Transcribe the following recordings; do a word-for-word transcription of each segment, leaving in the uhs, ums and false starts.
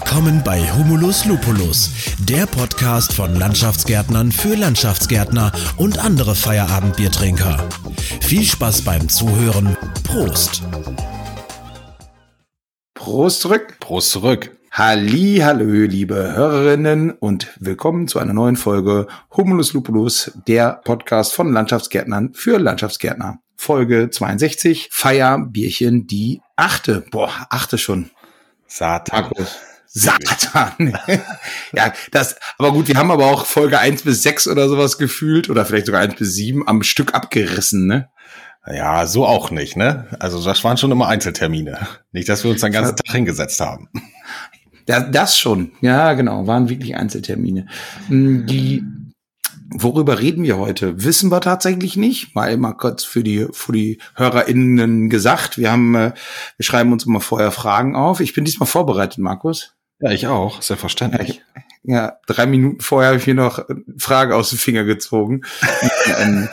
Willkommen bei Humulus Lupulus, der Podcast von Landschaftsgärtnern für Landschaftsgärtner und andere Feierabendbiertrinker. Viel Spaß beim Zuhören. Prost! Prost zurück. Prost zurück. Halli, hallo, liebe Hörerinnen und willkommen zu einer neuen Folge Humulus Lupulus, der Podcast von Landschaftsgärtnern für Landschaftsgärtner. Folge zweiundsechzig, Feierbierchen, die achte. Boah, achte schon. Satan. Markus. Satan. Ja, das, aber gut, wir haben aber auch Folge eins bis sechs oder sowas gefühlt oder vielleicht sogar eins bis sieben am Stück abgerissen, ne? Ja, so auch nicht, ne? Also das waren schon immer Einzeltermine. Nicht, dass wir uns den ganzen Tag hingesetzt haben. Ja, das schon. Ja, genau, waren wirklich Einzeltermine. Die, worüber reden wir heute? Wissen wir tatsächlich nicht. Mal mal kurz für die, für die HörerInnen gesagt. Wir haben, wir schreiben uns immer vorher Fragen auf. Ich bin diesmal vorbereitet, Markus. Ja, ich auch, selbstverständlich. Ja, ja, drei Minuten vorher habe ich mir noch eine Frage aus dem Finger gezogen. ähm,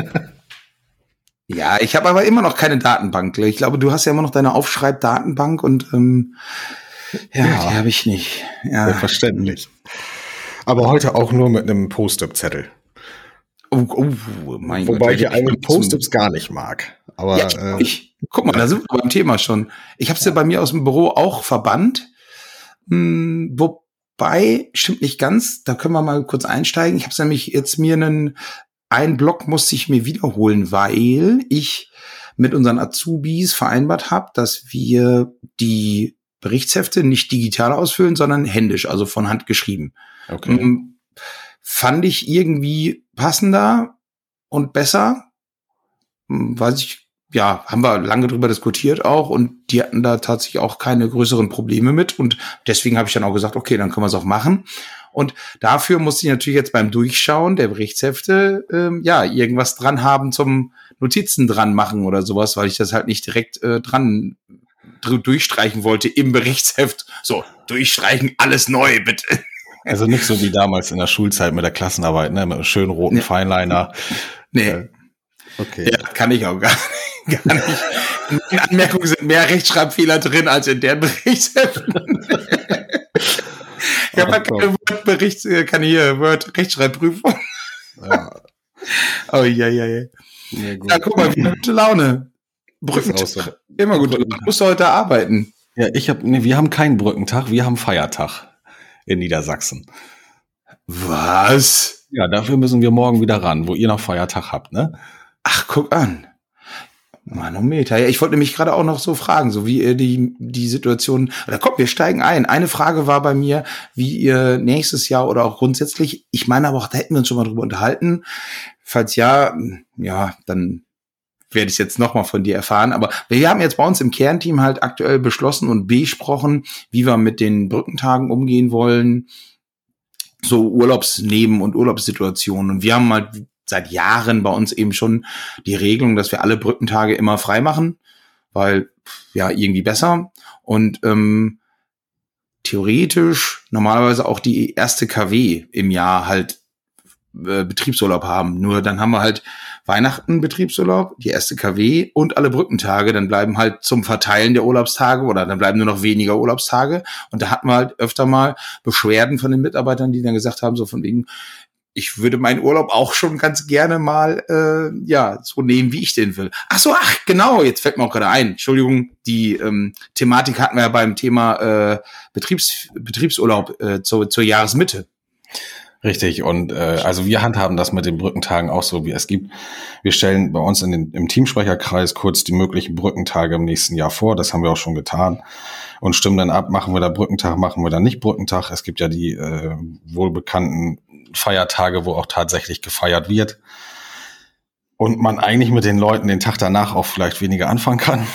ja, ich habe aber immer noch keine Datenbank. Ich glaube, du hast ja immer noch deine Aufschreibdatenbank und ähm, ja, ja, die habe ich nicht. Ja. Selbstverständlich. Aber heute auch nur mit einem Post-it-Zettel. Oh, oh, mein Wobei Gott, ich eigentlich Post-its gar nicht mag. Aber ja, äh, ich, guck mal, da sind wir beim Thema schon. Ich habe es ja bei mir aus dem Büro auch verbannt. Hm, wobei, stimmt nicht ganz, da können wir mal kurz einsteigen. Ich habe nämlich jetzt mir einen, einen Block musste ich mir wiederholen, weil ich mit unseren Azubis vereinbart habe, dass wir die Berichtshefte nicht digital ausfüllen, sondern händisch, also von Hand geschrieben. okay. Hm, fand ich irgendwie passender und besser. Hm, weiß ich, ja, haben wir lange drüber diskutiert auch und die hatten da tatsächlich auch keine größeren Probleme mit und deswegen habe ich dann auch gesagt, okay, dann können wir es auch machen. Und dafür musste ich natürlich jetzt beim Durchschauen der Berichtshefte ähm, ja irgendwas dran haben zum Notizen dran machen oder sowas, weil ich das halt nicht direkt äh, dran dr- durchstreichen wollte im Berichtsheft. So, durchstreichen, alles neu, bitte. Also nicht so wie damals in der Schulzeit mit der Klassenarbeit, ne, mit einem schönen roten Nee. Fineliner. Nee. Äh, okay. Ja, kann ich auch gar nicht. Gar nicht. In den Anmerkungen sind mehr Rechtschreibfehler drin als in der Berichtsheften. Ich habe Oh, keine Word-Berichts, keine hier Word-Rechtschreibprüfung. Ja. Oh ja, ja, ja. Ja, gut. Ja, guck mal, wie gute Laune. Ist auch so. Brückentag. Immer gute Laune. Musst du heute arbeiten. Ja, ich habe, nee, wir haben keinen Brückentag, wir haben Feiertag in Niedersachsen. Was? Ja, dafür müssen wir morgen wieder ran, wo ihr noch Feiertag habt, ne? Ach, guck an. Manometer. Ja, ich wollte nämlich gerade auch noch so fragen, so wie ihr die, die Situation, oder komm, wir steigen ein. Eine Frage war bei mir, wie ihr nächstes Jahr oder auch grundsätzlich, ich meine aber auch, da hätten wir uns schon mal drüber unterhalten. Falls ja, ja, dann werde ich es jetzt nochmal von dir erfahren. Aber wir haben jetzt bei uns im Kernteam halt aktuell beschlossen und besprochen, wie wir mit den Brückentagen umgehen wollen. So Urlaubsneben- und Urlaubssituationen. Und wir haben halt seit Jahren bei uns eben schon die Regelung, dass wir alle Brückentage immer frei machen, weil ja irgendwie besser und ähm, theoretisch normalerweise auch die erste K W im Jahr halt äh, Betriebsurlaub haben. Nur dann haben wir halt Weihnachten Betriebsurlaub, die erste K W und alle Brückentage. Dann bleiben halt zum Verteilen der Urlaubstage oder dann bleiben nur noch weniger Urlaubstage. Und da hatten wir halt öfter mal Beschwerden von den Mitarbeitern, die dann gesagt haben, so von wegen, ich würde meinen Urlaub auch schon ganz gerne mal äh, ja so nehmen, wie ich den will. Ach so, ach genau, jetzt fällt mir auch gerade ein. Entschuldigung, die ähm, Thematik hatten wir ja beim Thema äh, Betriebs, Betriebsurlaub äh, zur, zur Jahresmitte. Richtig, und äh, also wir handhaben das mit den Brückentagen auch so, wie es gibt. Wir stellen bei uns in den, im Teamsprecherkreis kurz die möglichen Brückentage im nächsten Jahr vor. Das haben wir auch schon getan. Und stimmen dann ab, machen wir da Brückentag, machen wir da nicht Brückentag. Es gibt ja die äh, wohlbekannten Feiertage, wo auch tatsächlich gefeiert wird. Und man eigentlich mit den Leuten den Tag danach auch vielleicht weniger anfangen kann.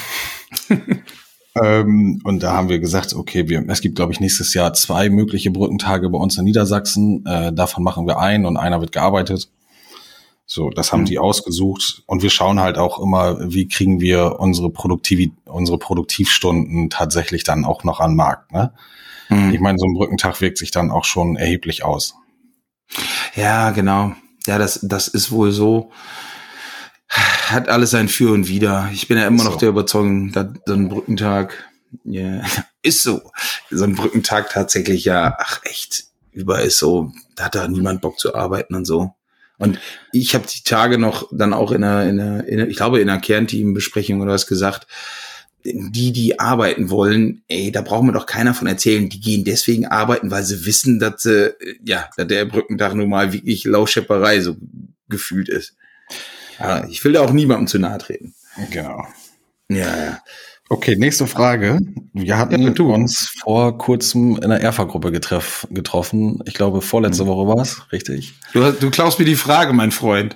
ähm, und da haben wir gesagt, okay, wir, es gibt, glaube ich, nächstes Jahr zwei mögliche Brückentage bei uns in Niedersachsen. Äh, davon machen wir einen und einer wird gearbeitet. So, das haben mhm. die ausgesucht. Und wir schauen halt auch immer, wie kriegen wir unsere Produktiv- unsere Produktivstunden tatsächlich dann auch noch an den Markt, ne? Mhm. Ich meine, so ein Brückentag wirkt sich dann auch schon erheblich aus. Ja, genau. Ja, das, das ist wohl so. Hat alles sein Für und Wider. Ich bin ja immer so. noch der Überzeugung, dass so ein Brückentag Ja, ist so. So ein Brückentag tatsächlich ja, ach echt, überall ist so, da hat da niemand Bock zu arbeiten und so. Und ich habe die Tage noch dann auch in einer, in einer, in einer ich glaube in einer Kernteambesprechung oder was gesagt, die, die arbeiten wollen, ey, da braucht mir doch keiner von erzählen, die gehen deswegen arbeiten, weil sie wissen, dass sie, ja, dass der Brückentag nun mal wirklich Lauschepperei so gefühlt ist. Aber ich will da auch niemandem zu nahe treten. Genau. Ja, ja. Okay, nächste Frage. Wir hatten Ja, du. uns vor kurzem in der Erfa-Gruppe getreff, getroffen. Ich glaube, vorletzte Woche war es, richtig? Du, hast- du klaust mir die Frage, mein Freund.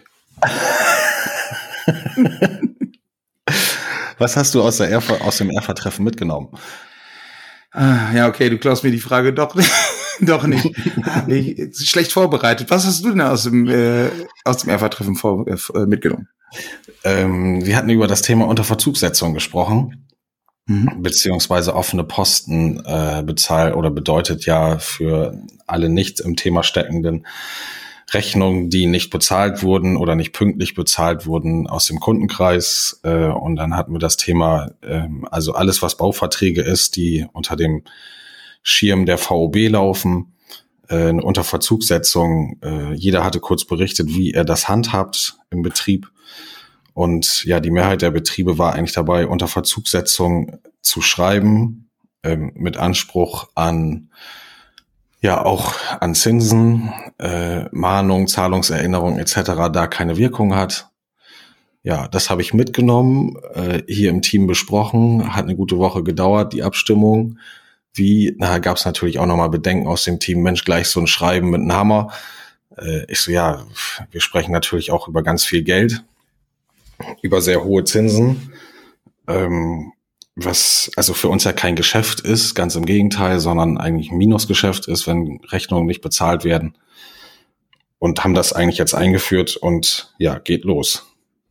Was hast du aus, der Erfa, aus dem Erfa-Treffen mitgenommen? Ah, ja, okay, du klaust mir die Frage doch nicht. Doch nicht. Ich, schlecht vorbereitet. Was hast du denn aus dem, äh, aus dem Erfa-Treffen vor, äh, mitgenommen? Ähm, wir hatten über das Thema Unterverzugssetzung gesprochen. Mhm. Beziehungsweise offene Posten äh, bezahlt oder bedeutet ja für alle nicht im Thema steckenden Rechnungen, die nicht bezahlt wurden oder nicht pünktlich bezahlt wurden, aus dem Kundenkreis. Äh, und dann hatten wir das Thema, äh, also alles, was Bauverträge ist, die unter dem Schirm der V O B laufen, äh, eine Unterverzugssetzung. Äh, jeder hatte kurz berichtet, wie er das handhabt im Betrieb. Und ja, die Mehrheit der Betriebe war eigentlich dabei, unter Verzugssetzung zu schreiben, ähm, mit Anspruch an, ja, auch an Zinsen, äh, Mahnung, Zahlungserinnerung et cetera, da keine Wirkung hat. Ja, das habe ich mitgenommen, äh, hier im Team besprochen, hat eine gute Woche gedauert, die Abstimmung. Wie, na, gab es natürlich auch nochmal Bedenken aus dem Team, Mensch, gleich so ein Schreiben mit einem Hammer. Äh, ich so, ja, wir sprechen natürlich auch über ganz viel Geld, über sehr hohe Zinsen, ähm, was also für uns ja kein Geschäft ist, ganz im Gegenteil, sondern eigentlich ein Minusgeschäft ist, wenn Rechnungen nicht bezahlt werden, und haben das eigentlich jetzt eingeführt und ja, geht los.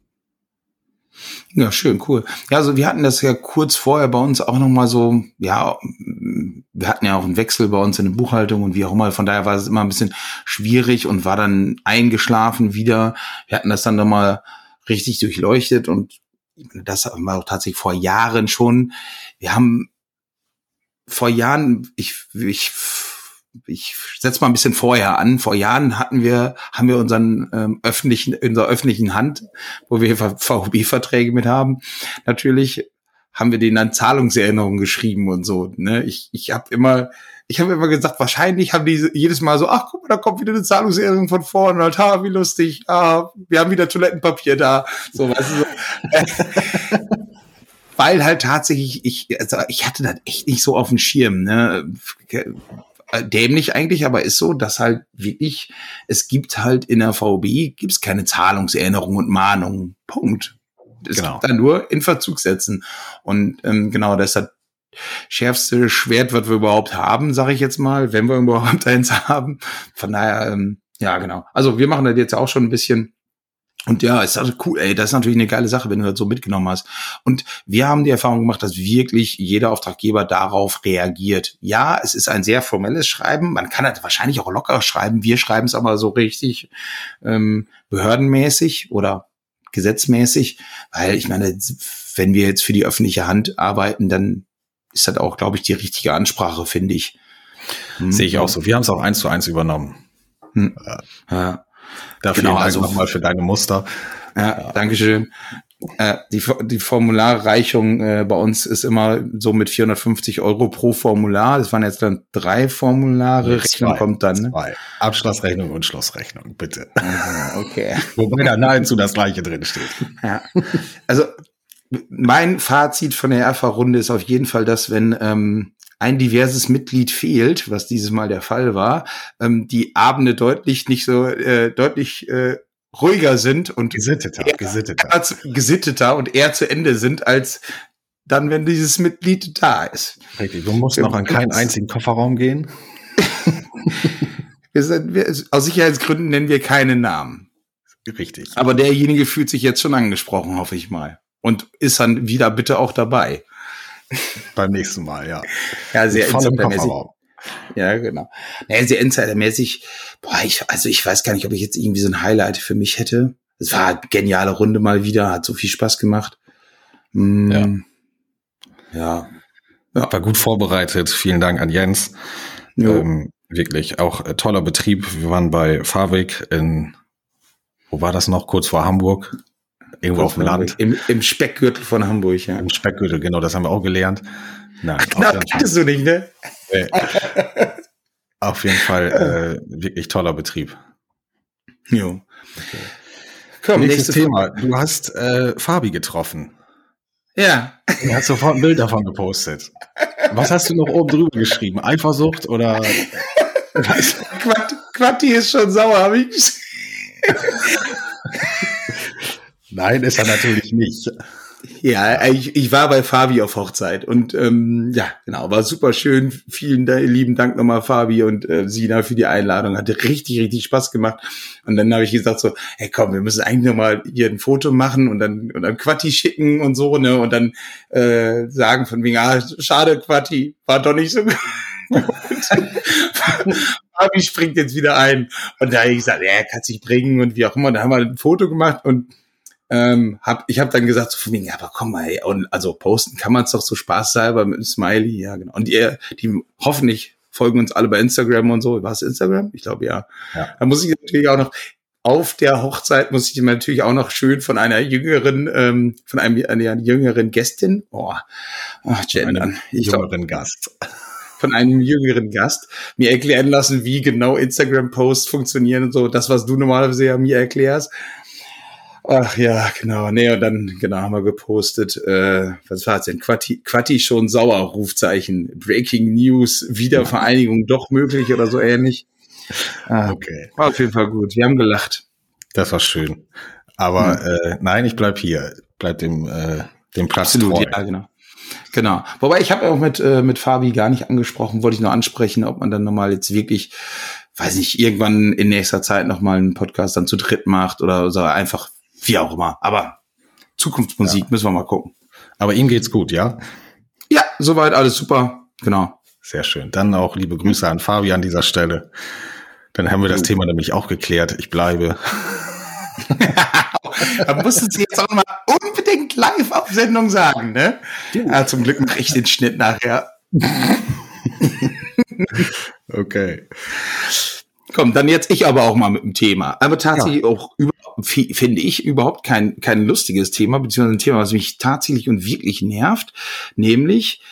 Ja, schön, cool. Ja, also wir hatten das ja kurz vorher bei uns auch nochmal so, ja, wir hatten ja auch einen Wechsel bei uns in der Buchhaltung und wie auch immer, von daher war es immer ein bisschen schwierig und war dann eingeschlafen wieder. Wir hatten das dann nochmal richtig durchleuchtet und das haben wir auch tatsächlich vor Jahren schon. Wir haben vor Jahren, ich, ich, ich setze mal ein bisschen vorher an. Vor Jahren hatten wir, haben wir unseren ähm, öffentlichen, in unserer öffentlichen Hand, wo wir V O B-Verträge mit haben, natürlich haben wir denen dann Zahlungserinnerungen geschrieben und so. Ne, ich, ich habe immer Ich habe immer gesagt, wahrscheinlich haben die jedes Mal so, ach, guck mal, da kommt wieder eine Zahlungserinnerung von vorne. Und halt, ha, wie lustig. Ah, wir haben wieder Toilettenpapier da. So, weißt du, so. Weil halt tatsächlich, ich, also ich hatte das echt nicht so auf dem Schirm, ne. Dämlich eigentlich, aber ist so, dass halt wirklich, es gibt halt in der V O B, gibt es keine Zahlungserinnerung und Mahnung. Punkt. Es Genau. gibt da nur in Verzugssätzen. Und ähm, genau, das hat schärfste Schwert, was wir überhaupt haben, sage ich jetzt mal, wenn wir überhaupt eins haben. Von daher, ähm, ja, genau. Also wir machen das jetzt auch schon ein bisschen. Und ja, ist also cool, ey, das ist natürlich eine geile Sache, wenn du das so mitgenommen hast. Und wir haben die Erfahrung gemacht, dass wirklich jeder Auftraggeber darauf reagiert. Ja, es ist ein sehr formelles Schreiben. Man kann das wahrscheinlich auch locker schreiben. Wir schreiben es aber so richtig ähm, behördenmäßig oder gesetzmäßig. Weil ich meine, wenn wir jetzt für die öffentliche Hand arbeiten, dann ist das auch, glaube ich, die richtige Ansprache, finde ich. Hm. Sehe ich auch so. Wir haben es auch eins zu eins übernommen. Hm. Ja. Dafür Genau, Dank also nochmal für deine Muster. Ja, ja. Dankeschön. Äh, die, die Formularreichung äh, bei uns ist immer so mit vierhundertfünfzig Euro pro Formular. Das waren jetzt dann drei Formulare. Zwei, Rechnung kommt dann. Ne? Zwei. Abschlussrechnung und Schlussrechnung, bitte. Okay. Wobei da nahezu das Gleiche drin steht. Ja. Also mein Fazit von der Erfa-Runde ist auf jeden Fall, dass wenn ähm, ein diverses Mitglied fehlt, was dieses Mal der Fall war, ähm, die Abende deutlich nicht so äh, deutlich äh, ruhiger sind und gesitteter, eher, gesitteter. Eher zu, gesitteter und eher zu Ende sind, als dann, wenn dieses Mitglied da ist. Richtig, du musst noch an keinen einzigen Kofferraum gehen. wir sind, wir, aus Sicherheitsgründen nennen wir keine Namen. Richtig. Aber derjenige fühlt sich jetzt schon angesprochen, hoffe ich mal. Und ist dann wieder bitte auch dabei. Beim nächsten Mal, ja. Ja, sehr insidermäßig. Ja, genau. Naja, sehr insidermäßig. Boah, ich, also ich weiß gar nicht, ob ich jetzt irgendwie so ein Highlight für mich hätte. Es war eine geniale Runde mal wieder, hat so viel Spaß gemacht. Hm, ja. Ja. Ja. War gut vorbereitet. Vielen Dank an Jens. Ähm, wirklich auch äh, toller Betrieb. Wir waren bei Fahrweg in, wo war das noch? Kurz vor Hamburg. Irgendwo auf dem Land. Im, Im Speckgürtel von Hamburg, ja. Im Speckgürtel, genau, das haben wir auch gelernt. Nein, Ach, knapp hattest du nicht, ne? Äh, auf jeden Fall äh, wirklich toller Betrieb. Jo. Okay. Komm, nächstes Thema. Frage. Du hast äh, Fabi getroffen. Ja. Er hat sofort ein Bild davon gepostet. Was hast du noch oben drüber geschrieben? Eifersucht oder was? Quat, Quatti ist schon sauer, habe ich geschrieben. Nein, ist er natürlich nicht. Ja, ich, ich war bei Fabi auf Hochzeit und ähm, ja, genau, war super schön. Vielen lieben Dank nochmal, Fabi und äh, Sina, für die Einladung. Hatte richtig, richtig Spaß gemacht. Und dann habe ich gesagt so, hey komm, wir müssen eigentlich nochmal hier ein Foto machen und dann und dann Quatti schicken und so, ne? Und dann äh, sagen von wegen, ah, schade, Quatti, war doch nicht so gut. Fabi springt jetzt wieder ein. Und da habe ich gesagt, ja, kann sich bringen und wie auch immer. Und da haben wir ein Foto gemacht und Ähm, hab, ich habe dann gesagt, so von wegen, ja, aber komm mal, ey, und also posten kann man es doch so spaßhalber mit einem Smiley, ja, genau. Und ihr, die hoffentlich folgen uns alle bei Instagram und so. War es Instagram? Ich glaube, ja. ja. Da muss ich natürlich auch noch, auf der Hochzeit muss ich natürlich auch noch schön von einer jüngeren, ähm, von einem, einer jüngeren Gästin, oh, ach, gendern. Ich jüngeren Gast. Von einem jüngeren Gast mir erklären lassen, wie genau Instagram-Posts funktionieren und so. Das, was du normalerweise ja mir erklärst. Ach ja, genau. Nee, und dann, genau, haben wir gepostet, äh, was war es denn? Quatti, Quatti schon sauer, Rufzeichen. Breaking News, Wiedervereinigung doch möglich oder so ähnlich. Ah, okay. War auf jeden Fall gut. Wir haben gelacht. Das war schön. Aber hm. äh, nein, ich bleib hier. Bleib dem, äh, dem Platz treu. Ja, genau. Genau. Wobei, ich habe auch mit, äh, mit Fabi gar nicht angesprochen, wollte ich nur ansprechen, ob man dann nochmal jetzt wirklich, weiß nicht, irgendwann in nächster Zeit nochmal einen Podcast dann zu dritt macht oder so, einfach wie auch immer. Aber Zukunftsmusik, ja. Müssen wir mal gucken. Aber ihm geht's gut, ja? Ja, soweit alles super. Genau. Sehr schön. Dann auch liebe Grüße an Fabi an dieser Stelle. Dann haben wir das Thema nämlich auch geklärt. Ich bleibe. Da mussten Sie jetzt auch mal unbedingt live auf Sendung sagen, ne? Ja, zum Glück mache ich den Schnitt nachher. Okay. Komm, dann jetzt ich aber auch mal mit dem Thema. Aber tatsächlich ja. auch über, finde ich überhaupt kein kein lustiges Thema, beziehungsweise ein Thema, was mich tatsächlich und wirklich nervt, nämlich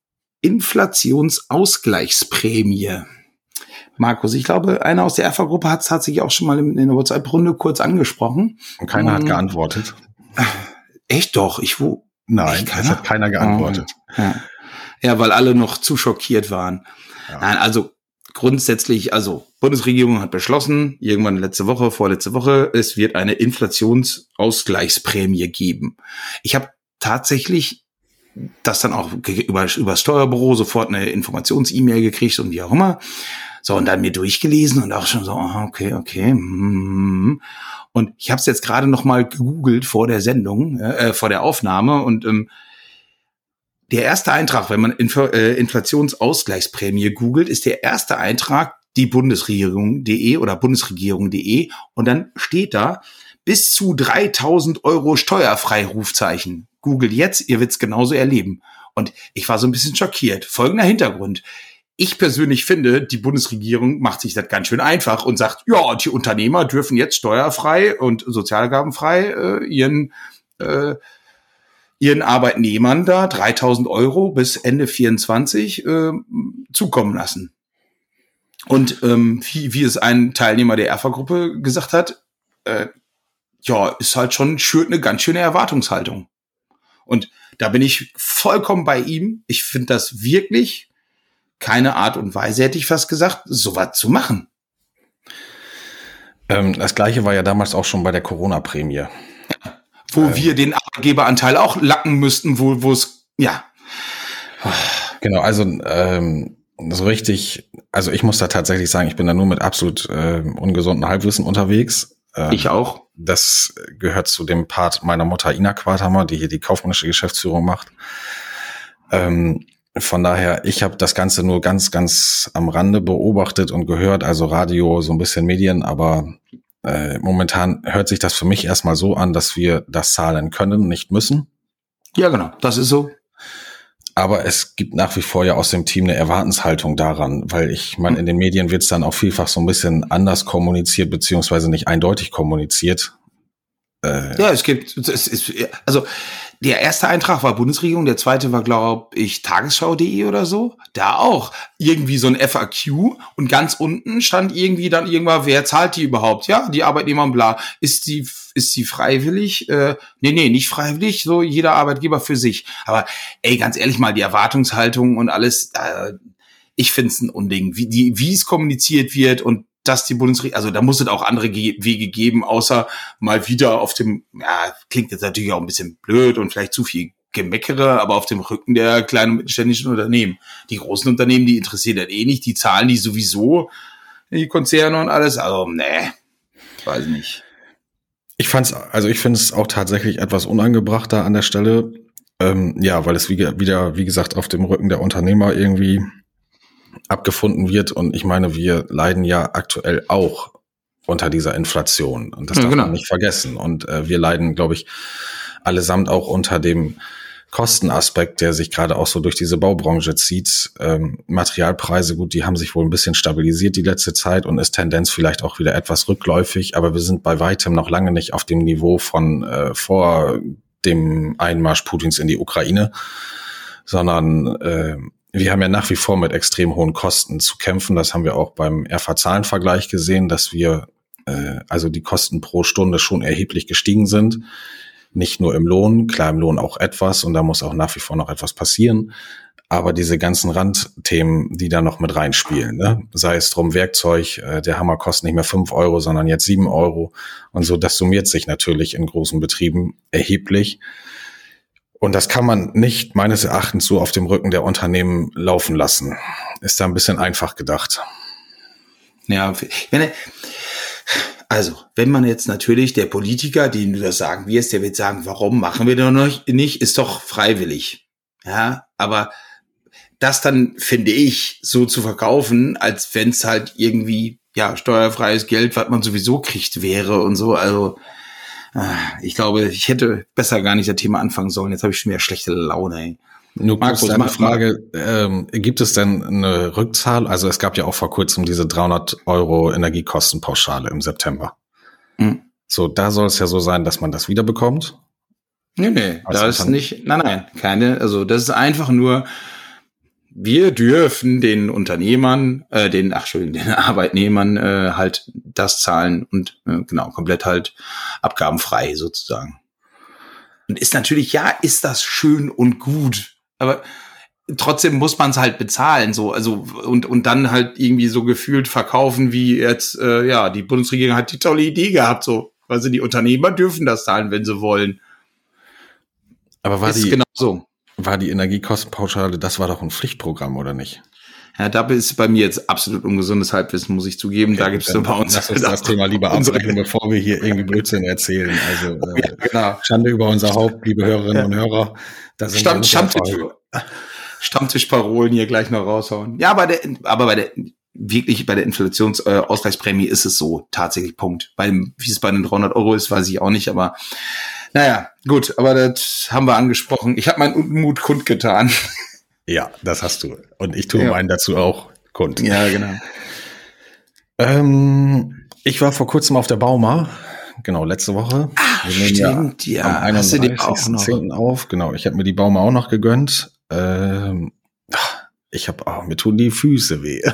Inflationsausgleichsprämie. Markus, ich glaube, einer aus der Erfa-Gruppe hat es tatsächlich auch schon mal in, in der WhatsApp-Runde kurz angesprochen. Und keiner um, hat geantwortet. Echt doch? Ich wo? Nein, es hat keiner geantwortet. Oh, ja. ja, weil alle noch zu schockiert waren. Ja. Nein, also grundsätzlich, also Bundesregierung hat beschlossen, irgendwann letzte Woche, vorletzte Woche, es wird eine Inflationsausgleichsprämie geben. Ich habe tatsächlich das dann auch über, über das Steuerbüro sofort eine Informations-E-Mail gekriegt und wie auch immer. So, und dann mir durchgelesen und auch schon so, okay, okay. Und ich habe es jetzt gerade noch mal gegoogelt vor der Sendung, äh, vor der Aufnahme und ähm, der erste Eintrag, wenn man Infl- äh, Inflationsausgleichsprämie googelt, ist der erste Eintrag die Bundesregierung punkt de oder Bundesregierung punkt de und dann steht da bis zu dreitausend Euro steuerfrei Rufzeichen. Googelt jetzt, ihr wird's genauso erleben. Und ich war so ein bisschen schockiert. Folgender Hintergrund. Ich persönlich finde, die Bundesregierung macht sich das ganz schön einfach und sagt, ja, die Unternehmer dürfen jetzt steuerfrei und sozialgabenfrei äh, ihren äh, ihren Arbeitnehmern da dreitausend Euro bis Ende vierundzwanzig äh, zukommen lassen. Und ähm, wie, wie es ein Teilnehmer der Erfa-Gruppe gesagt hat, äh, ja, ist halt schon schürt eine ganz schöne Erwartungshaltung. Und da bin ich vollkommen bei ihm. Ich finde das wirklich keine Art und Weise, hätte ich fast gesagt, sowas zu machen. Ähm, das Gleiche war ja damals auch schon bei der Corona-Prämie. Ja. Wo ähm, wir den Arbeitgeberanteil auch lacken müssten, wo wo es, ja. Genau, also ähm, so richtig, also ich muss da tatsächlich sagen, ich bin da nur mit absolut äh, ungesundem Halbwissen unterwegs. Ähm, ich auch. Das gehört zu dem Part meiner Mutter Ina Quarthammer, die hier die kaufmännische Geschäftsführung macht. Ähm, von daher, ich habe das Ganze nur ganz, ganz am Rande beobachtet und gehört, also Radio, so ein bisschen Medien, aber äh, momentan hört sich das für mich erstmal so an, dass wir das zahlen können, nicht müssen. Ja, genau, das ist so. aber es gibt nach wie vor ja aus dem Team eine Erwartenshaltung daran, weil ich meine, in den Medien wird es dann auch vielfach so ein bisschen anders kommuniziert, beziehungsweise nicht eindeutig kommuniziert. Äh ja, es gibt, es ist, also der erste Eintrag war Bundesregierung, der zweite war, glaube ich, Tagesschau punkt de oder so. Da auch irgendwie so ein F A Q und ganz unten stand irgendwie dann irgendwann, wer zahlt die überhaupt? Ja, die Arbeitnehmer und bla. Ist die, ist die freiwillig? Äh, nee, nee, nicht freiwillig, so jeder Arbeitgeber für sich. Aber ey, ganz ehrlich mal, die Erwartungshaltung und alles, äh, ich find's ein Unding, wie die, wie es kommuniziert wird und dass die Bundesregierung, also da muss es auch andere Ge- Wege geben, außer mal wieder auf dem, ja, klingt jetzt natürlich auch ein bisschen blöd und vielleicht zu viel Gemeckere, aber auf dem Rücken der kleinen und mittelständischen Unternehmen. Die großen Unternehmen, die interessieren das eh nicht, die zahlen die sowieso, die Konzerne und alles, also nee, weiß nicht. Ich fand's, also ich finde es auch tatsächlich etwas unangebrachter an der Stelle, ähm, ja, weil es wie, wieder, wie gesagt, auf dem Rücken der Unternehmer irgendwie abgefunden wird. Und ich meine, wir leiden ja aktuell auch unter dieser Inflation. Und das ja, darf genau. man nicht vergessen. Und äh, wir leiden, glaube ich, allesamt auch unter dem Kostenaspekt, der sich gerade auch so durch diese Baubranche zieht. Ähm, Materialpreise, gut, die haben sich wohl ein bisschen stabilisiert die letzte Zeit und ist Tendenz vielleicht auch wieder etwas rückläufig. Aber wir sind bei weitem noch lange nicht auf dem Niveau von äh, vor dem Einmarsch Putins in die Ukraine, sondern äh, wir haben ja nach wie vor mit extrem hohen Kosten zu kämpfen. Das haben wir auch beim R F A-Zahlenvergleich gesehen, dass wir, äh, also die Kosten pro Stunde schon erheblich gestiegen sind. Nicht nur im Lohn, klar im Lohn auch etwas und da muss auch nach wie vor noch etwas passieren. Aber diese ganzen Randthemen, die da noch mit reinspielen, ne? Sei es drum Werkzeug, äh, der Hammer kostet nicht mehr fünf Euro, sondern jetzt sieben Euro. Und so, das summiert sich natürlich in großen Betrieben erheblich. Und das kann man nicht meines Erachtens so auf dem Rücken der Unternehmen laufen lassen. Ist da ein bisschen einfach gedacht. Ja, wenn, also, wenn man jetzt natürlich der Politiker, den du das sagen wirst, der wird sagen, warum machen wir das noch nicht, ist doch freiwillig. Ja, aber das dann, finde ich, so zu verkaufen, als wenn es halt irgendwie, ja, steuerfreies Geld, was man sowieso kriegt, wäre und so, also, ich glaube, ich hätte besser gar nicht das Thema anfangen sollen. Jetzt habe ich schon wieder schlechte Laune. Ey. Nur kurz Markus, eine Frage, ähm, gibt es denn eine Rückzahlung? Also es gab ja auch vor kurzem diese dreihundert Euro Energiekostenpauschale im September. Mhm. So, da soll es ja so sein, dass man das wiederbekommt? Nee, nee, also das ist nicht, nein, nein, keine, also das ist einfach nur, wir dürfen den Unternehmern, äh, den, ach, Entschuldigung, den Arbeitnehmern äh, halt das zahlen und äh, genau, komplett halt abgabenfrei sozusagen. Und ist natürlich, ja, ist das schön und gut, aber trotzdem muss man es halt bezahlen, so, also und und dann halt irgendwie so gefühlt verkaufen, wie jetzt, äh, ja, die Bundesregierung hat die tolle Idee gehabt, so, also die Unternehmer dürfen das zahlen, wenn sie wollen. Aber war ist die genau so. War die Energiekostenpauschale, das war doch ein Pflichtprogramm, oder nicht? Ja, da ist bei mir jetzt absolut ungesundes Halbwissen, muss ich zugeben. Okay, da gibt's dann bei uns. Lass uns das Thema lieber abbrechen, bevor wir hier irgendwie Blödsinn erzählen. Also äh, ja, genau. Schande über unser Haupt, liebe Hörerinnen ja. und Hörer. Da sind Stamm, Stammtisch, Stammtischparolen hier gleich noch raushauen. Ja, aber, der, aber bei der wirklich bei der Inflationsausgleichsprämie ist es so, tatsächlich Punkt. Bei dem, wie es bei den dreihundert Euro ist, weiß ich auch nicht, aber naja, gut, aber das haben wir angesprochen. Ich habe meinen Unmut kundgetan. Ja, das hast du. Und ich tue ja. meinen dazu auch kund. Ja, genau. Ähm, ich war vor kurzem auf der Bauma. Genau, letzte Woche. Ach, stimmt, ja. Am einunddreißigsten zehnten auf. Genau, ich habe mir die Bauma auch noch gegönnt. Ähm, ich habe, oh, mir tun die Füße weh.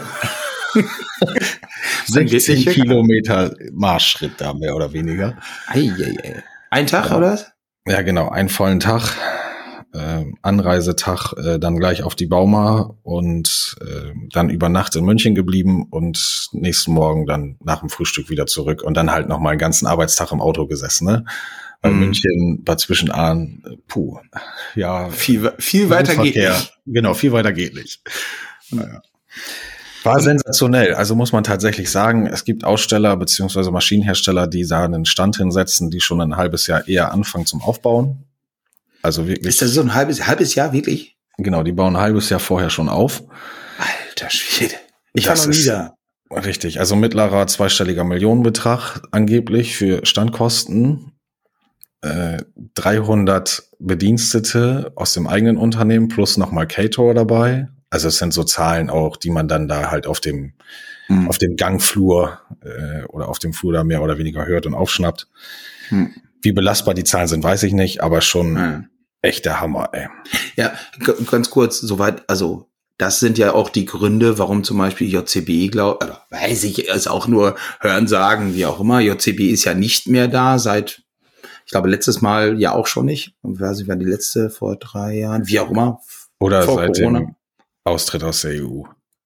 sechzig Kilometer Marschschritt da, mehr oder weniger. Ei, ei, ei. Ein Tag, ja. oder? Ja, genau, einen vollen Tag. Äh, Anreisetag, äh, dann gleich auf die Bauma und äh, dann über Nacht in München geblieben und nächsten Morgen dann nach dem Frühstück wieder zurück und dann halt noch mal einen ganzen Arbeitstag im Auto gesessen, ne? Weil mhm. München, Bad Zwischenahn, puh, ja. Viel, viel weiter geht nicht. Genau, viel weiter geht nicht. Naja. War sensationell. Also muss man tatsächlich sagen, es gibt Aussteller beziehungsweise Maschinenhersteller, die da einen Stand hinsetzen, die schon ein halbes Jahr eher anfangen zum Aufbauen. Also wirklich. Ist das so ein halbes, halbes Jahr wirklich? Genau, die bauen ein halbes Jahr vorher schon auf. Alter Schwede. Ich war noch nie da. Richtig, also mittlerer zweistelliger Millionenbetrag angeblich für Standkosten. äh, dreihundert Bedienstete aus dem eigenen Unternehmen plus nochmal Caterer dabei. Also es sind so Zahlen auch, die man dann da halt auf dem mhm. auf dem Gangflur äh, oder auf dem Flur da mehr oder weniger hört und aufschnappt. Mhm. Wie belastbar die Zahlen sind, weiß ich nicht, aber schon mhm. echt der Hammer, ey. Ja, g- ganz kurz, soweit, also das sind ja auch die Gründe, warum zum Beispiel J C B, glaub, also weiß ich, ist auch nur hören, sagen, wie auch immer. J C B ist ja nicht mehr da seit, ich glaube, letztes Mal ja auch schon nicht. Und weiß ich, wann die letzte, vor drei Jahren, wie auch immer. Oder seit Corona. Dem Austritt aus der E U.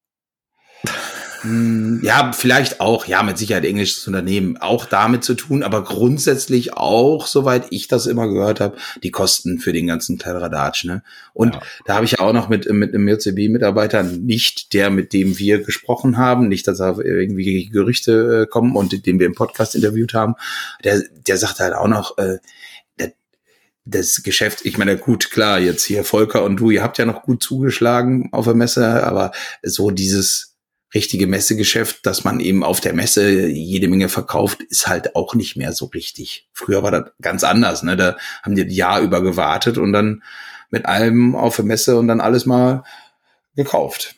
Ja, vielleicht auch, ja, mit Sicherheit englisches Unternehmen, auch damit zu tun, aber grundsätzlich auch, soweit ich das immer gehört habe, die Kosten für den ganzen Kladderadatsch, ne? Und ja. da habe ich auch noch mit mit einem J C B-Mitarbeiter, nicht der, mit dem wir gesprochen haben, nicht, dass da irgendwie Gerüchte äh, kommen und den wir im Podcast interviewt haben, der der sagt halt auch noch, äh, der, das Geschäft, ich meine, gut, klar, jetzt hier Volker und du, ihr habt ja noch gut zugeschlagen auf der Messe, aber so dieses richtige Messegeschäft, dass man eben auf der Messe jede Menge verkauft, ist halt auch nicht mehr so richtig. Früher war das ganz anders, ne? Da haben die ein Jahr über gewartet und dann mit allem auf der Messe und dann alles mal gekauft.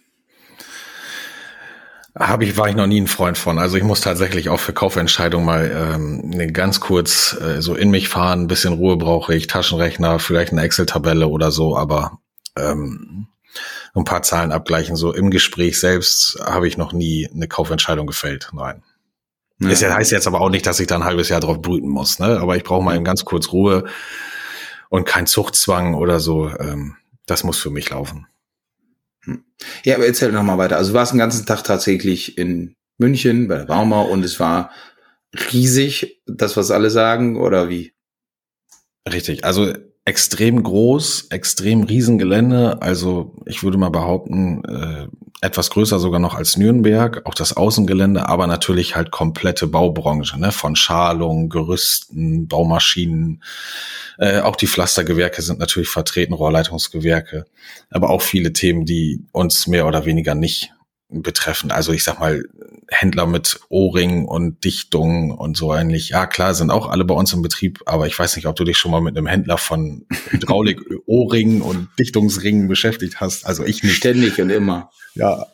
Habe ich, war ich noch nie ein Freund von. Also ich muss tatsächlich auch für Kaufentscheidungen mal ähm, ganz kurz äh, so in mich fahren, ein bisschen Ruhe brauche ich, Taschenrechner, vielleicht eine Excel-Tabelle oder so, aber ähm, ein paar Zahlen abgleichen. So im Gespräch selbst habe ich noch nie eine Kaufentscheidung gefällt. Nein. Ja. Das heißt jetzt aber auch nicht, dass ich da ein halbes Jahr drauf brüten muss, ne? Aber ich brauche mal eben ganz kurz Ruhe und kein Zuchtzwang oder so. Ähm, das muss für mich laufen. Ja, aber erzähl noch mal weiter. Also du warst den ganzen Tag tatsächlich in München bei der Bauma und es war riesig, das, was alle sagen, oder wie? Richtig. Also extrem groß, extrem Riesengelände, also ich würde mal behaupten, äh, etwas größer sogar noch als Nürnberg, auch das Außengelände, aber natürlich halt komplette Baubranche, ne, von Schalung, Gerüsten, Baumaschinen, äh, auch die Pflastergewerke sind natürlich vertreten, Rohrleitungsgewerke, aber auch viele Themen, die uns mehr oder weniger nicht betreffen. Also ich sag mal, Händler mit Ohrringen und Dichtungen und so ähnlich. Ja, klar, sind auch alle bei uns im Betrieb, aber ich weiß nicht, ob du dich schon mal mit einem Händler von Hydraulik-Ohrringen und Dichtungsringen beschäftigt hast. Also ich nicht. Ständig und immer. Ja.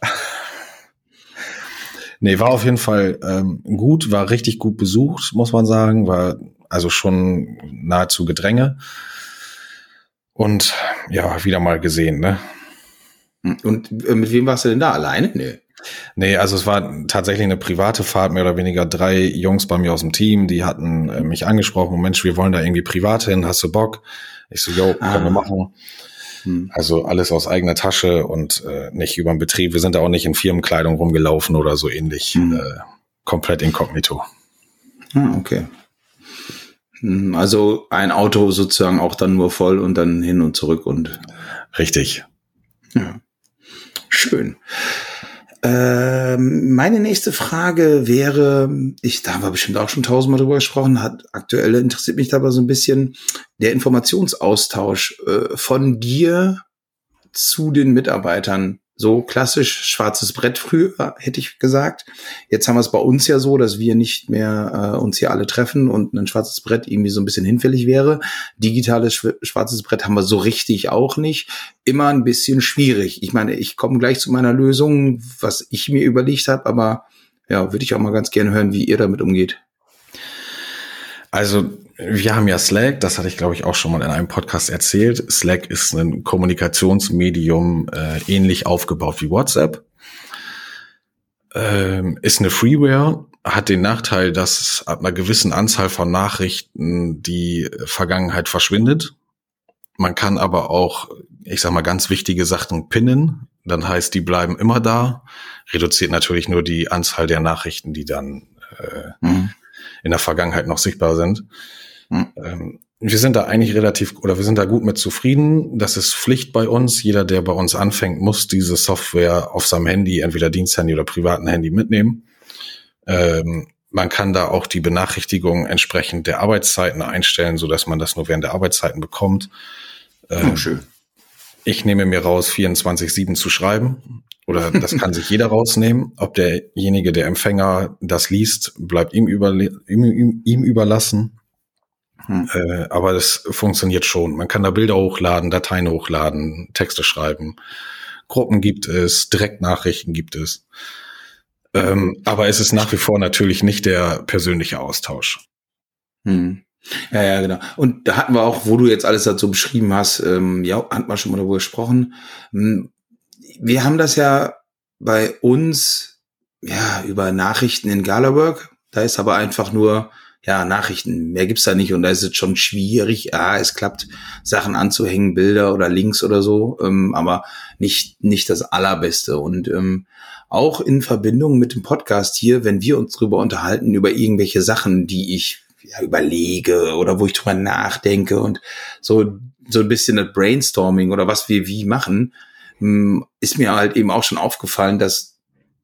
Nee, war auf jeden Fall ähm, gut, war richtig gut besucht, muss man sagen. War also schon nahezu Gedränge. Und ja, wieder mal gesehen, ne? Und mit wem warst du denn da? Alleine? Nee. Nee, also es war tatsächlich eine private Fahrt, mehr oder weniger drei Jungs bei mir aus dem Team, die hatten äh, mich angesprochen, Mensch, wir wollen da irgendwie privat hin, hast du Bock? Ich so, jo, können ah. wir machen. Hm. Also alles aus eigener Tasche und äh, nicht über den Betrieb. Wir sind da auch nicht in Firmenkleidung rumgelaufen oder so ähnlich. Hm. Äh, komplett inkognito. Ah, okay. Also ein Auto sozusagen auch dann nur voll und dann hin und zurück und... Richtig. Ja. Schön. Ähm, meine nächste Frage wäre, ich, da haben wir bestimmt auch schon tausendmal drüber gesprochen, hat aktuell interessiert mich dabei so ein bisschen der Informationsaustausch äh, von dir zu den Mitarbeitern. So klassisch schwarzes Brett früher, hätte ich gesagt. Jetzt haben wir es bei uns ja so, dass wir nicht mehr äh, uns hier alle treffen und ein schwarzes Brett irgendwie so ein bisschen hinfällig wäre. Digitales schw- schwarzes Brett haben wir so richtig auch nicht. Immer ein bisschen schwierig. Ich meine, ich komme gleich zu meiner Lösung, was ich mir überlegt habe, aber ja, würde ich auch mal ganz gerne hören, wie ihr damit umgeht. Also wir haben ja Slack, das hatte ich glaube ich auch schon mal in einem Podcast erzählt. Slack ist ein Kommunikationsmedium äh, ähnlich aufgebaut wie WhatsApp. Ähm, ist eine Freeware, hat den Nachteil, dass ab einer gewissen Anzahl von Nachrichten die Vergangenheit verschwindet. Man kann aber auch, ich sag mal, ganz wichtige Sachen pinnen. Dann heißt, die bleiben immer da. Reduziert natürlich nur die Anzahl der Nachrichten, die dann äh, mhm. in der Vergangenheit noch sichtbar sind. Mhm. Wir sind da eigentlich relativ, oder wir sind da gut mit zufrieden. Das ist Pflicht bei uns. Jeder, der bei uns anfängt, muss diese Software auf seinem Handy, entweder Diensthandy oder privaten Handy mitnehmen. Ähm, man kann da auch die Benachrichtigungen entsprechend der Arbeitszeiten einstellen, sodass man das nur während der Arbeitszeiten bekommt. Ähm, oh, schön. Ich nehme mir raus, vierundzwanzig sieben zu schreiben. Oder das kann sich jeder rausnehmen. Ob derjenige, der Empfänger, das liest, bleibt ihm, überle- ihm, ihm, ihm überlassen. Hm. Äh, aber das funktioniert schon. Man kann da Bilder hochladen, Dateien hochladen, Texte schreiben. Gruppen gibt es, Direktnachrichten gibt es. Ähm, aber es ist nach wie vor natürlich nicht der persönliche Austausch. Hm. Ja, ja, genau. Und da hatten wir auch, wo du jetzt alles dazu beschrieben hast, ähm, ja, hatten wir schon mal darüber gesprochen. Wir haben das ja bei uns, ja, über Nachrichten in Galawork. Da ist aber einfach nur, ja, Nachrichten. Mehr gibt's da nicht. Und da ist es schon schwierig. Ja, es klappt, Sachen anzuhängen, Bilder oder Links oder so. Ähm, aber nicht, nicht das Allerbeste. Und, ähm, auch in Verbindung mit dem Podcast hier, wenn wir uns drüber unterhalten, über irgendwelche Sachen, die ich ja, überlege oder wo ich drüber nachdenke und so, so ein bisschen das Brainstorming oder was wir wie machen, ist mir halt eben auch schon aufgefallen, dass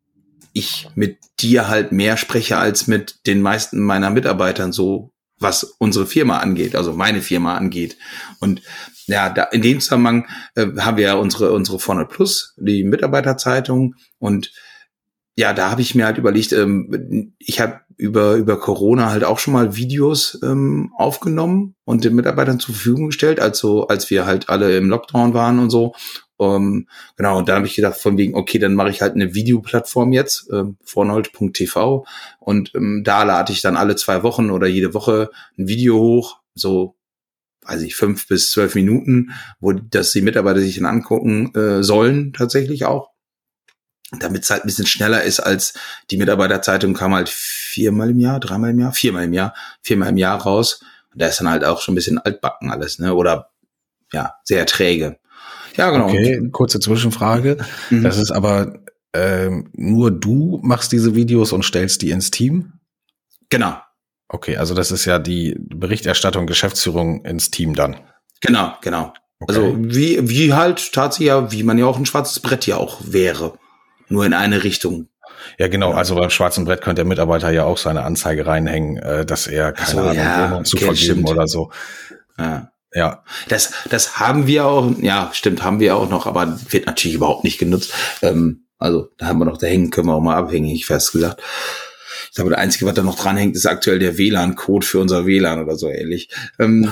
ich mit dir halt mehr spreche als mit den meisten meiner Mitarbeitern, so was unsere Firma angeht, also meine Firma angeht. Und ja, da in dem Zusammenhang äh, haben wir ja unsere unsere vierhundert Plus, die Mitarbeiterzeitung, und ja, da habe ich mir halt überlegt, ähm, ich habe über über Corona halt auch schon mal Videos ähm, aufgenommen und den Mitarbeitern zur Verfügung gestellt, also als wir halt alle im Lockdown waren und so. Um, genau, und da habe ich gedacht, von wegen, okay, dann mache ich halt eine Videoplattform jetzt, ähm, vornold punkt t v, und ähm, da lade ich dann alle zwei Wochen oder jede Woche ein Video hoch, so, weiß ich, fünf bis zwölf Minuten, wo das die Mitarbeiter sich dann angucken äh, sollen, tatsächlich auch, damit es halt ein bisschen schneller ist als die Mitarbeiterzeitung, kam halt viermal im Jahr, dreimal im Jahr, viermal im Jahr, viermal im Jahr raus, und da ist dann halt auch schon ein bisschen altbacken alles, ne, oder ja, sehr träge. Ja, genau. Okay, kurze Zwischenfrage. Mhm. Das ist aber ähm, nur du machst diese Videos und stellst die ins Team? Genau. Okay, also das ist ja die Berichterstattung, Geschäftsführung ins Team dann. Genau, genau. Okay. Also wie wie halt tatsächlich ja, wie man ja auch ein schwarzes Brett ja auch wäre, nur in eine Richtung. Ja, genau. Also beim schwarzen Brett könnte der Mitarbeiter ja auch seine Anzeige reinhängen, äh, dass er keine so, Ahnung, ja, Wohnung zu okay, vergeben stimmt. oder so. Ja. Ja. Das, das haben wir auch, ja, stimmt, haben wir auch noch, aber wird natürlich überhaupt nicht genutzt. Ähm, also, da haben wir noch, da hängen, können wir auch mal abhängig, fest gesagt. Ich glaube, der Einzige, was da noch dranhängt, ist aktuell der W L A N-Code für unser W L A N oder so ähnlich. Ähm,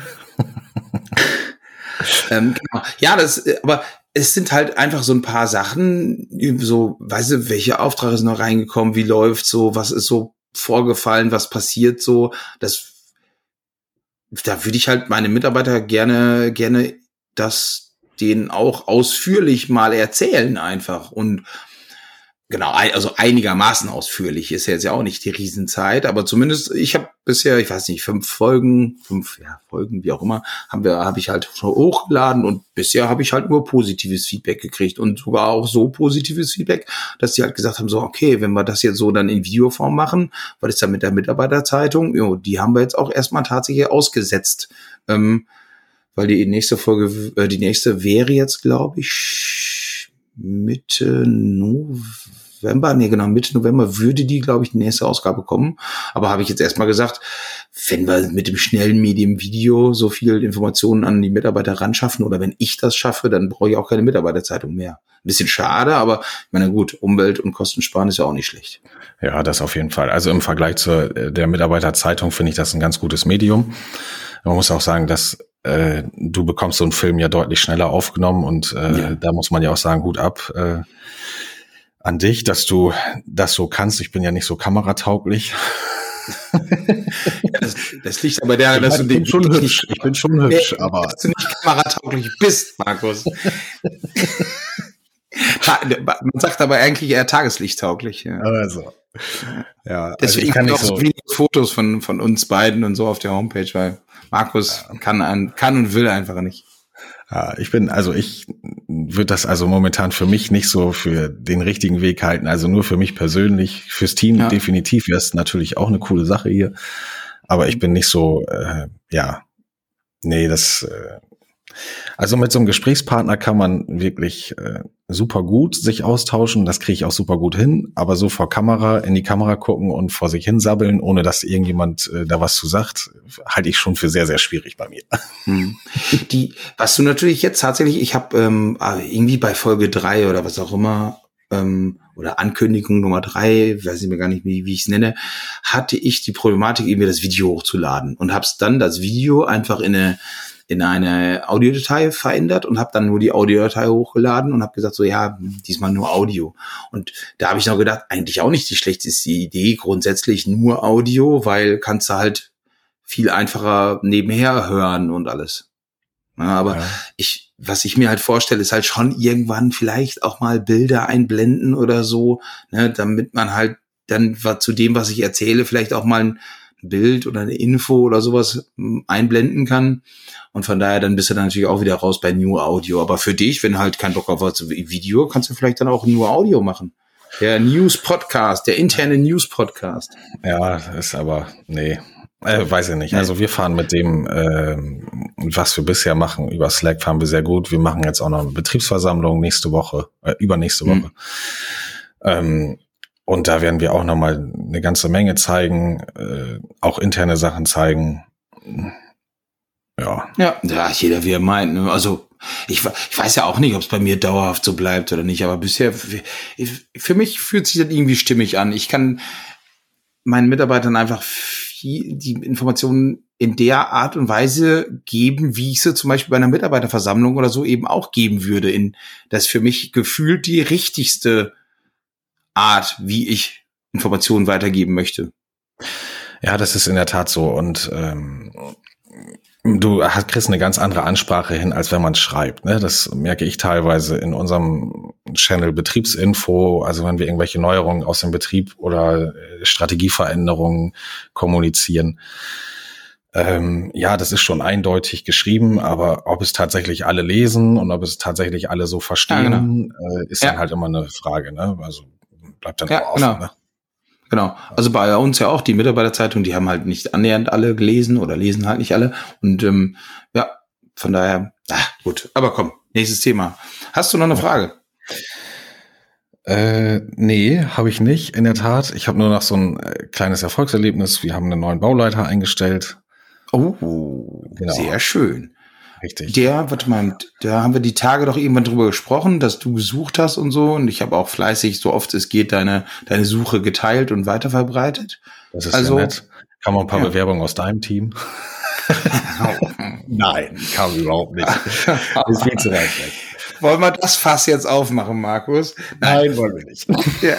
ähm, genau. Ja, das, aber es sind halt einfach so ein paar Sachen, so, weißt du, welche Aufträge sind noch reingekommen, wie läuft so, was ist so vorgefallen, was passiert so, das da würde ich halt meine Mitarbeiter gerne, gerne das denen auch ausführlich mal erzählen einfach. Und genau, also einigermaßen ausführlich ist ja jetzt ja auch nicht die Riesenzeit, aber zumindest, ich habe bisher, ich weiß nicht, fünf Folgen, fünf ja, Folgen, wie auch immer, haben wir, habe ich halt schon hochgeladen, und bisher habe ich halt nur positives Feedback gekriegt und sogar auch so positives Feedback, dass die halt gesagt haben, so, okay, wenn wir das jetzt so dann in Videoform machen, was ist dann mit der Mitarbeiterzeitung? Jo, die haben wir jetzt auch erstmal tatsächlich ausgesetzt, ähm, weil die nächste Folge, äh, die nächste wäre jetzt, glaube ich, Mitte November, nee, genau, Mitte November würde die, glaube ich, die nächste Ausgabe kommen. Aber habe ich jetzt erstmal gesagt, wenn wir mit dem schnellen Medium-Video so viel Informationen an die Mitarbeiter ran schaffen, oder wenn ich das schaffe, dann brauche ich auch keine Mitarbeiterzeitung mehr. Ein bisschen schade, aber ich meine, gut, Umwelt- und Kostensparen ist ja auch nicht schlecht. Ja, das auf jeden Fall. Also im Vergleich zur der Mitarbeiterzeitung finde ich das ein ganz gutes Medium. Man muss auch sagen, dass äh, du bekommst so einen Film ja deutlich schneller aufgenommen, und äh, ja. Da muss man ja auch sagen, Hut ab äh, an dich, dass du das so kannst. Ich bin ja nicht so kameratauglich. Ja, das, das liegt aber daran, dass ich du den schon hübsch. Ich bin schon hübsch, nee, aber dass du nicht kameratauglich bist, Markus. Man sagt aber eigentlich eher tageslichttauglich. Ja. Also, ja. Deswegen also kann auch ich so so viele Fotos von von uns beiden und so auf der Homepage, weil Markus ja. kann an, kann und will einfach nicht. Ja, ich bin, also ich würde das also momentan für mich nicht so für den richtigen Weg halten. Also nur für mich persönlich, fürs Team ja. definitiv wäre es natürlich auch eine coole Sache hier. Aber ich bin nicht so, äh, ja, nee, das, äh, also mit so einem Gesprächspartner kann man wirklich äh, super gut sich austauschen. Das kriege ich auch super gut hin. Aber so vor Kamera, in die Kamera gucken und vor sich hin sabbeln, ohne dass irgendjemand äh, da was zu sagt, halte ich schon für sehr, sehr schwierig bei mir. Hm. Die, was du natürlich jetzt tatsächlich, ich habe ähm, irgendwie bei Folge drei oder was auch immer, ähm, oder Ankündigung Nummer drei, weiß ich mir gar nicht, wie, wie ich es nenne, hatte ich die Problematik, irgendwie das Video hochzuladen und habe es dann das Video einfach in eine in eine Audiodatei verändert und habe dann nur die Audiodatei hochgeladen und habe gesagt, so ja, diesmal nur Audio. Und da habe ich noch gedacht, eigentlich auch nicht die schlechteste Idee, grundsätzlich nur Audio, weil kannst du halt viel einfacher nebenher hören und alles. Ja, aber ja. ich, was ich mir halt vorstelle, ist halt schon irgendwann vielleicht auch mal Bilder einblenden oder so, ne, damit man halt dann zu dem, was ich erzähle, vielleicht auch mal ein Bild oder eine Info oder sowas einblenden kann. Und von daher, dann bist du dann natürlich auch wieder raus bei nur Audio. Aber für dich, wenn halt kein Bock auf Video, kannst du vielleicht dann auch nur Audio machen. Der News-Podcast, der interne News-Podcast. Ja, ist aber, nee, äh, weiß ich nicht. Also wir fahren mit dem, äh, was wir bisher machen, über Slack fahren wir sehr gut. Wir machen jetzt auch noch eine Betriebsversammlung nächste Woche, äh, übernächste Woche. Mhm. Ähm, und da werden wir auch noch mal eine ganze Menge zeigen, äh, auch interne Sachen zeigen. Ja. Ja, ja, jeder wie er meint. Ne? Also ich, ich weiß ja auch nicht, ob es bei mir dauerhaft so bleibt oder nicht, aber bisher, für mich fühlt sich das irgendwie stimmig an. Ich kann meinen Mitarbeitern einfach viel, die Informationen in der Art und Weise geben, wie ich sie zum Beispiel bei einer Mitarbeiterversammlung oder so eben auch geben würde. In, das ist für mich gefühlt die richtigste Art, wie ich Informationen weitergeben möchte. Ja, das ist in der Tat so. Und ähm, du hast, kriegst eine ganz andere Ansprache hin, als wenn man schreibt. Ne? Das merke ich teilweise in unserem Channel Betriebsinfo, also wenn wir irgendwelche Neuerungen aus dem Betrieb oder Strategieveränderungen kommunizieren. Ähm, ja, das ist schon eindeutig geschrieben, aber ob es tatsächlich alle lesen und ob es tatsächlich alle so verstehen, ja, genau. äh, ist ja. dann halt immer eine Frage. Ne? Also bleibt dann ja, auch offen. Genau. Ne? Genau, also bei uns ja auch, die Mitarbeiterzeitung, die haben halt nicht annähernd alle gelesen oder lesen halt nicht alle. Und ähm, ja, von daher, ach, gut, aber komm, nächstes Thema. Hast du noch eine Frage? Äh, nee, habe ich nicht, in der Tat. Ich habe nur noch so ein äh, kleines Erfolgserlebnis. Wir haben einen neuen Bauleiter eingestellt. Oh, genau. Sehr schön. Richtig. Der, warte mal, da haben wir die Tage doch irgendwann drüber gesprochen, dass du gesucht hast und so. Und ich habe auch fleißig, so oft es geht, deine deine Suche geteilt und weiterverbreitet. Das ist also sehr nett. Kam mal ein paar ja. Bewerbungen aus deinem Team? Nein, kam überhaupt nicht. Das ist viel zu weit weg. Wollen wir das Fass jetzt aufmachen, Markus? Nein, Nein wollen wir nicht. Ja.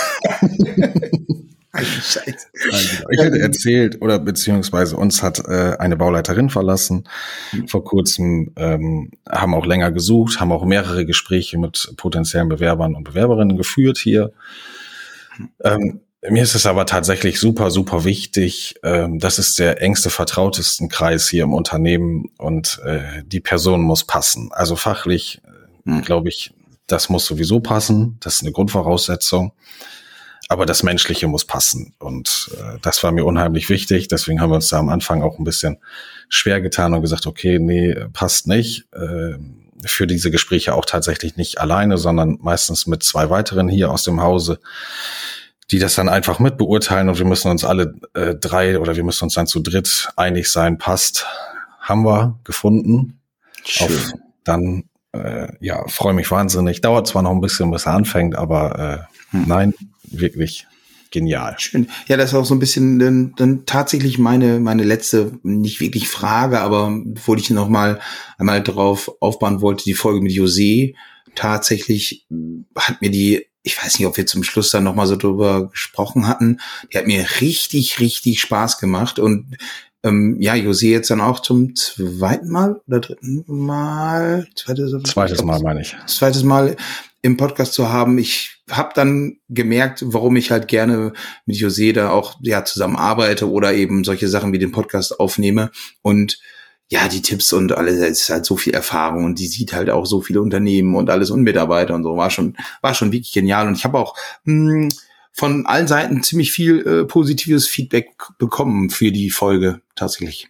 Scheiße. Ich hätte erzählt, oder beziehungsweise uns hat äh, eine Bauleiterin verlassen mhm. vor kurzem, ähm, haben auch länger gesucht, haben auch mehrere Gespräche mit potenziellen Bewerbern und Bewerberinnen geführt hier. Mhm. Ähm, mir ist es aber tatsächlich super, super wichtig. Ähm, das ist der engste, vertrautesten Kreis hier im Unternehmen und äh, die Person muss passen. Also fachlich, mhm. glaube ich, das muss sowieso passen. Das ist eine Grundvoraussetzung. Aber das Menschliche muss passen. Und äh, das war mir unheimlich wichtig. Deswegen haben wir uns da am Anfang auch ein bisschen schwer getan und gesagt, okay, nee, passt nicht. Äh, für diese Gespräche auch tatsächlich nicht alleine, sondern meistens mit zwei weiteren hier aus dem Hause, die das dann einfach mit beurteilen. Und wir müssen uns alle äh, drei oder wir müssen uns dann zu dritt einig sein, passt. Haben wir gefunden. Schön. Auf dann, äh, ja, freue mich wahnsinnig. Dauert zwar noch ein bisschen, bis er anfängt, aber äh, hm. nein, wirklich genial. Schön. Ja, das ist auch so ein bisschen dann, dann tatsächlich meine meine letzte, nicht wirklich Frage, aber wo ich noch mal einmal drauf aufbauen wollte, die Folge mit José. Tatsächlich hat mir die, ich weiß nicht, ob wir zum Schluss dann noch mal so drüber gesprochen hatten, die hat mir richtig, richtig Spaß gemacht und ähm, ja, José jetzt dann auch zum zweiten Mal oder dritten Mal? Zweites, Zweites Mal, meine ich. Zweites Mal im Podcast zu haben. Ich habe dann gemerkt, warum ich halt gerne mit José da auch ja zusammen arbeite oder eben solche Sachen wie den Podcast aufnehme. Und ja, die Tipps und alles, es ist halt so viel Erfahrung und die sieht halt auch so viele Unternehmen und alles und Mitarbeiter und so. War schon, war schon wirklich genial. Und ich habe auch mh, von allen Seiten ziemlich viel äh, positives Feedback bekommen für die Folge tatsächlich.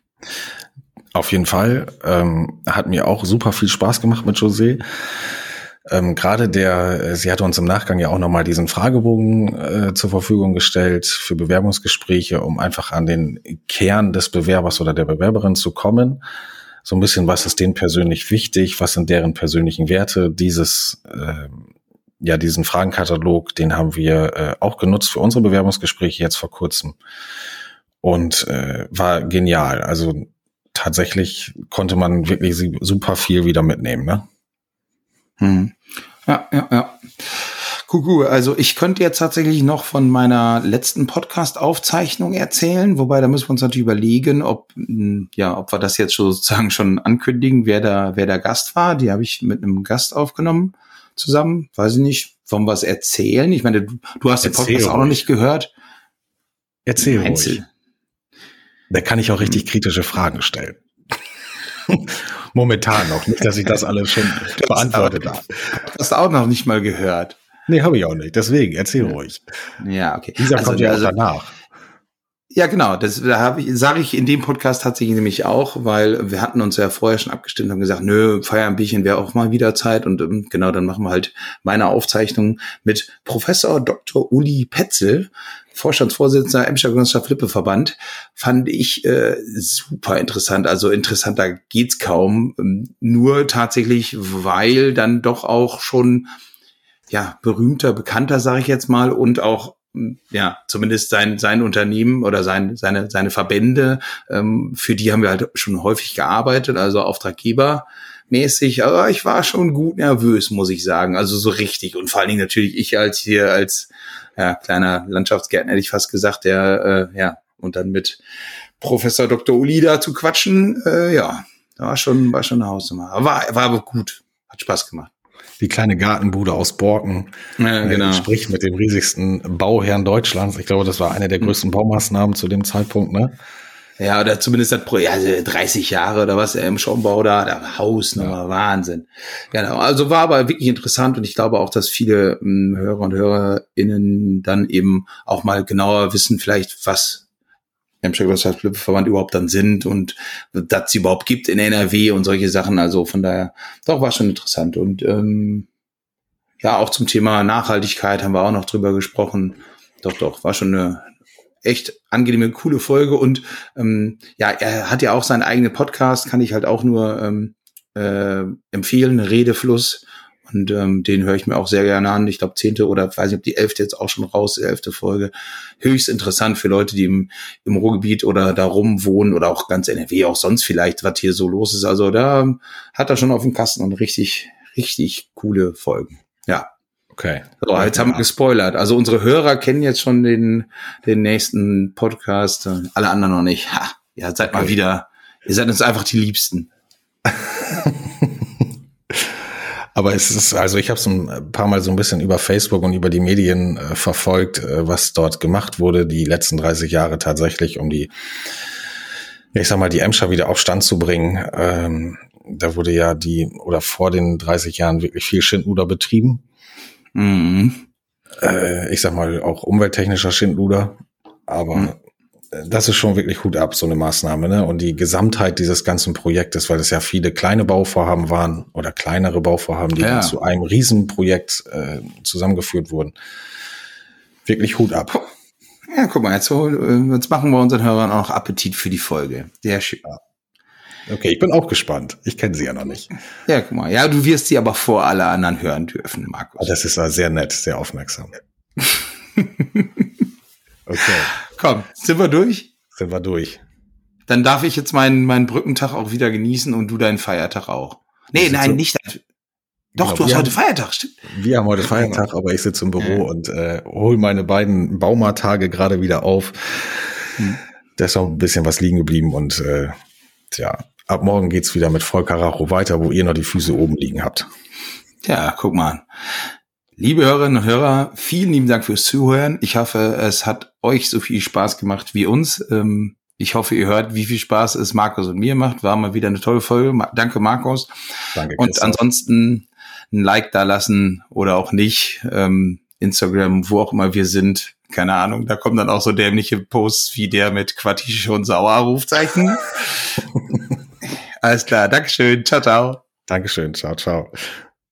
Auf jeden Fall. Ähm, hat mir auch super viel Spaß gemacht mit José. Ähm, gerade der, sie hatte uns im Nachgang ja auch nochmal diesen Fragebogen äh, zur Verfügung gestellt für Bewerbungsgespräche, um einfach an den Kern des Bewerbers oder der Bewerberin zu kommen. So ein bisschen, was ist denen persönlich wichtig, was sind deren persönlichen Werte, dieses äh, ja, diesen Fragenkatalog, den haben wir äh, auch genutzt für unsere Bewerbungsgespräche jetzt vor kurzem. Und äh, war genial. Also tatsächlich konnte man wirklich super viel wieder mitnehmen, ne? Hm. Ja, ja, ja. Cool, also ich könnte jetzt tatsächlich noch von meiner letzten Podcast-Aufzeichnung erzählen, wobei da müssen wir uns natürlich überlegen, ob ja, ob wir das jetzt sozusagen schon ankündigen, wer da wer der Gast war. Die habe ich mit einem Gast aufgenommen zusammen. Weiß ich nicht, wollen wir es erzählen? Ich meine, du, du hast den Podcast auch noch nicht gehört. Erzähl ruhig. Da kann ich auch richtig kritische Fragen stellen. Momentan noch, nicht, dass ich das alles schon beantwortet habe. Hast du auch noch nicht mal gehört? Nee, habe ich auch nicht. Deswegen, erzähl ruhig. Ja, okay. Dieser also, kommt ja also, auch danach. Ja, genau. Das da habe ich, sage ich in dem Podcast tatsächlich nämlich auch, weil wir hatten uns ja vorher schon abgestimmt, haben gesagt, nö, Feierabendbierchen wäre auch mal wieder Zeit und ähm, genau, dann machen wir halt meine Aufzeichnung mit Professor Doktor Uli Petzel, Vorstandsvorsitzender Emscher Genossenschaft Lippe-Verband, fand ich äh, super interessant. Also interessanter geht's kaum. Ähm, nur tatsächlich, weil dann doch auch schon ja berühmter, bekannter, sage ich jetzt mal, und auch ja, zumindest sein sein Unternehmen oder sein seine seine Verbände, ähm, für die haben wir halt schon häufig gearbeitet, also auftraggebermäßig. Aber ich war schon gut nervös, muss ich sagen, also so richtig. Und vor allen Dingen natürlich ich als hier als ja, kleiner Landschaftsgärtner, hätte ich fast gesagt, der äh, ja und dann mit Professor Doktor Uli da zu quatschen, äh, ja, war schon war schon eine Hausnummer. War war aber gut, hat Spaß gemacht. Die kleine Gartenbude aus Borken, ja, genau. äh, sprich mit dem riesigsten Bauherrn Deutschlands. Ich glaube, das war eine der größten Baumaßnahmen zu dem Zeitpunkt, ne? Ja, oder zumindest das Projekt, also dreißig Jahre oder was er im Schaumbau da, da Hausnummer, ja. Wahnsinn. Genau, also war aber wirklich interessant und ich glaube auch, dass viele ähm, Hörer und HörerInnen dann eben auch mal genauer wissen, vielleicht was Emscher Genossenschaft Lippe-Verband überhaupt dann sind und dass es überhaupt gibt in N R W und solche Sachen. Also von daher, doch war schon interessant. Und ähm, ja, auch zum Thema Nachhaltigkeit haben wir auch noch drüber gesprochen. Doch, doch, war schon eine echt angenehme, coole Folge. Und ähm, ja, er hat ja auch seinen eigenen Podcast, kann ich halt auch nur ähm, äh, empfehlen, Redefluss. Und ähm, den höre ich mir auch sehr gerne an. Ich glaube, zehnte oder weiß nicht, ob die elfte jetzt auch schon raus, die elfte Folge. Höchst interessant für Leute, die im, im Ruhrgebiet oder darum wohnen oder auch ganz N R W, auch sonst vielleicht, was hier so los ist. Also da hat er schon auf dem Kasten und richtig, richtig coole Folgen. Ja. Okay. So, jetzt haben wir gespoilert. Also unsere Hörer kennen jetzt schon den, den nächsten Podcast. Alle anderen noch nicht. Ha, ja, seid mal wieder, ihr seid uns einfach die Liebsten. Aber es ist, also ich habe es ein paar Mal so ein bisschen über Facebook und über die Medien äh, verfolgt, äh, was dort gemacht wurde, die letzten dreißig Jahre tatsächlich, um die, ich sag mal, die Emscher wieder auf Stand zu bringen. Ähm, da wurde ja die, oder vor den dreißig Jahren wirklich viel Schindluder betrieben. Mhm. Äh, ich sag mal, auch umwelttechnischer Schindluder. Aber mhm. das ist schon wirklich Hut ab, so eine Maßnahme, ne? Und die Gesamtheit dieses ganzen Projektes, weil es ja viele kleine Bauvorhaben waren oder kleinere Bauvorhaben, die ja. dann zu einem Riesenprojekt äh, zusammengeführt wurden. Wirklich Hut ab. Ja, guck mal, jetzt, so, jetzt machen wir unseren Hörern auch noch Appetit für die Folge. Sehr schön. Ja. Okay, ich bin auch gespannt. Ich kenne sie ja noch nicht. Ja, guck mal. Ja, du wirst sie aber vor alle anderen hören dürfen, Markus. Das ist sehr nett, sehr aufmerksam. Okay. Komm, sind wir durch? Sind wir durch. Dann darf ich jetzt meinen, meinen Brückentag auch wieder genießen und du deinen Feiertag auch. Nee, nein, so? nicht. Doch, genau, du hast heute haben, Feiertag, stimmt. Wir haben heute Feiertag, aber ich sitze im Büro ja. und äh, hole meine beiden Baumartage gerade wieder auf. Hm. Da ist noch ein bisschen was liegen geblieben und äh, tja, ab morgen geht's wieder mit Vollkaracho weiter, wo ihr noch die Füße oben liegen habt. Ja, guck mal an. Liebe Hörerinnen und Hörer, vielen lieben Dank fürs Zuhören. Ich hoffe, es hat euch so viel Spaß gemacht wie uns. Ich hoffe, ihr hört, wie viel Spaß es Markus und mir macht. War mal wieder eine tolle Folge. Danke, Markus. Danke. Und ansonsten ein Like da lassen oder auch nicht. Instagram, wo auch immer wir sind. Keine Ahnung, da kommen dann auch so dämliche Posts wie der mit Quattische und Sauer-Rufzeichen. Alles klar, Dankeschön. Ciao, ciao. Dankeschön. Ciao, ciao.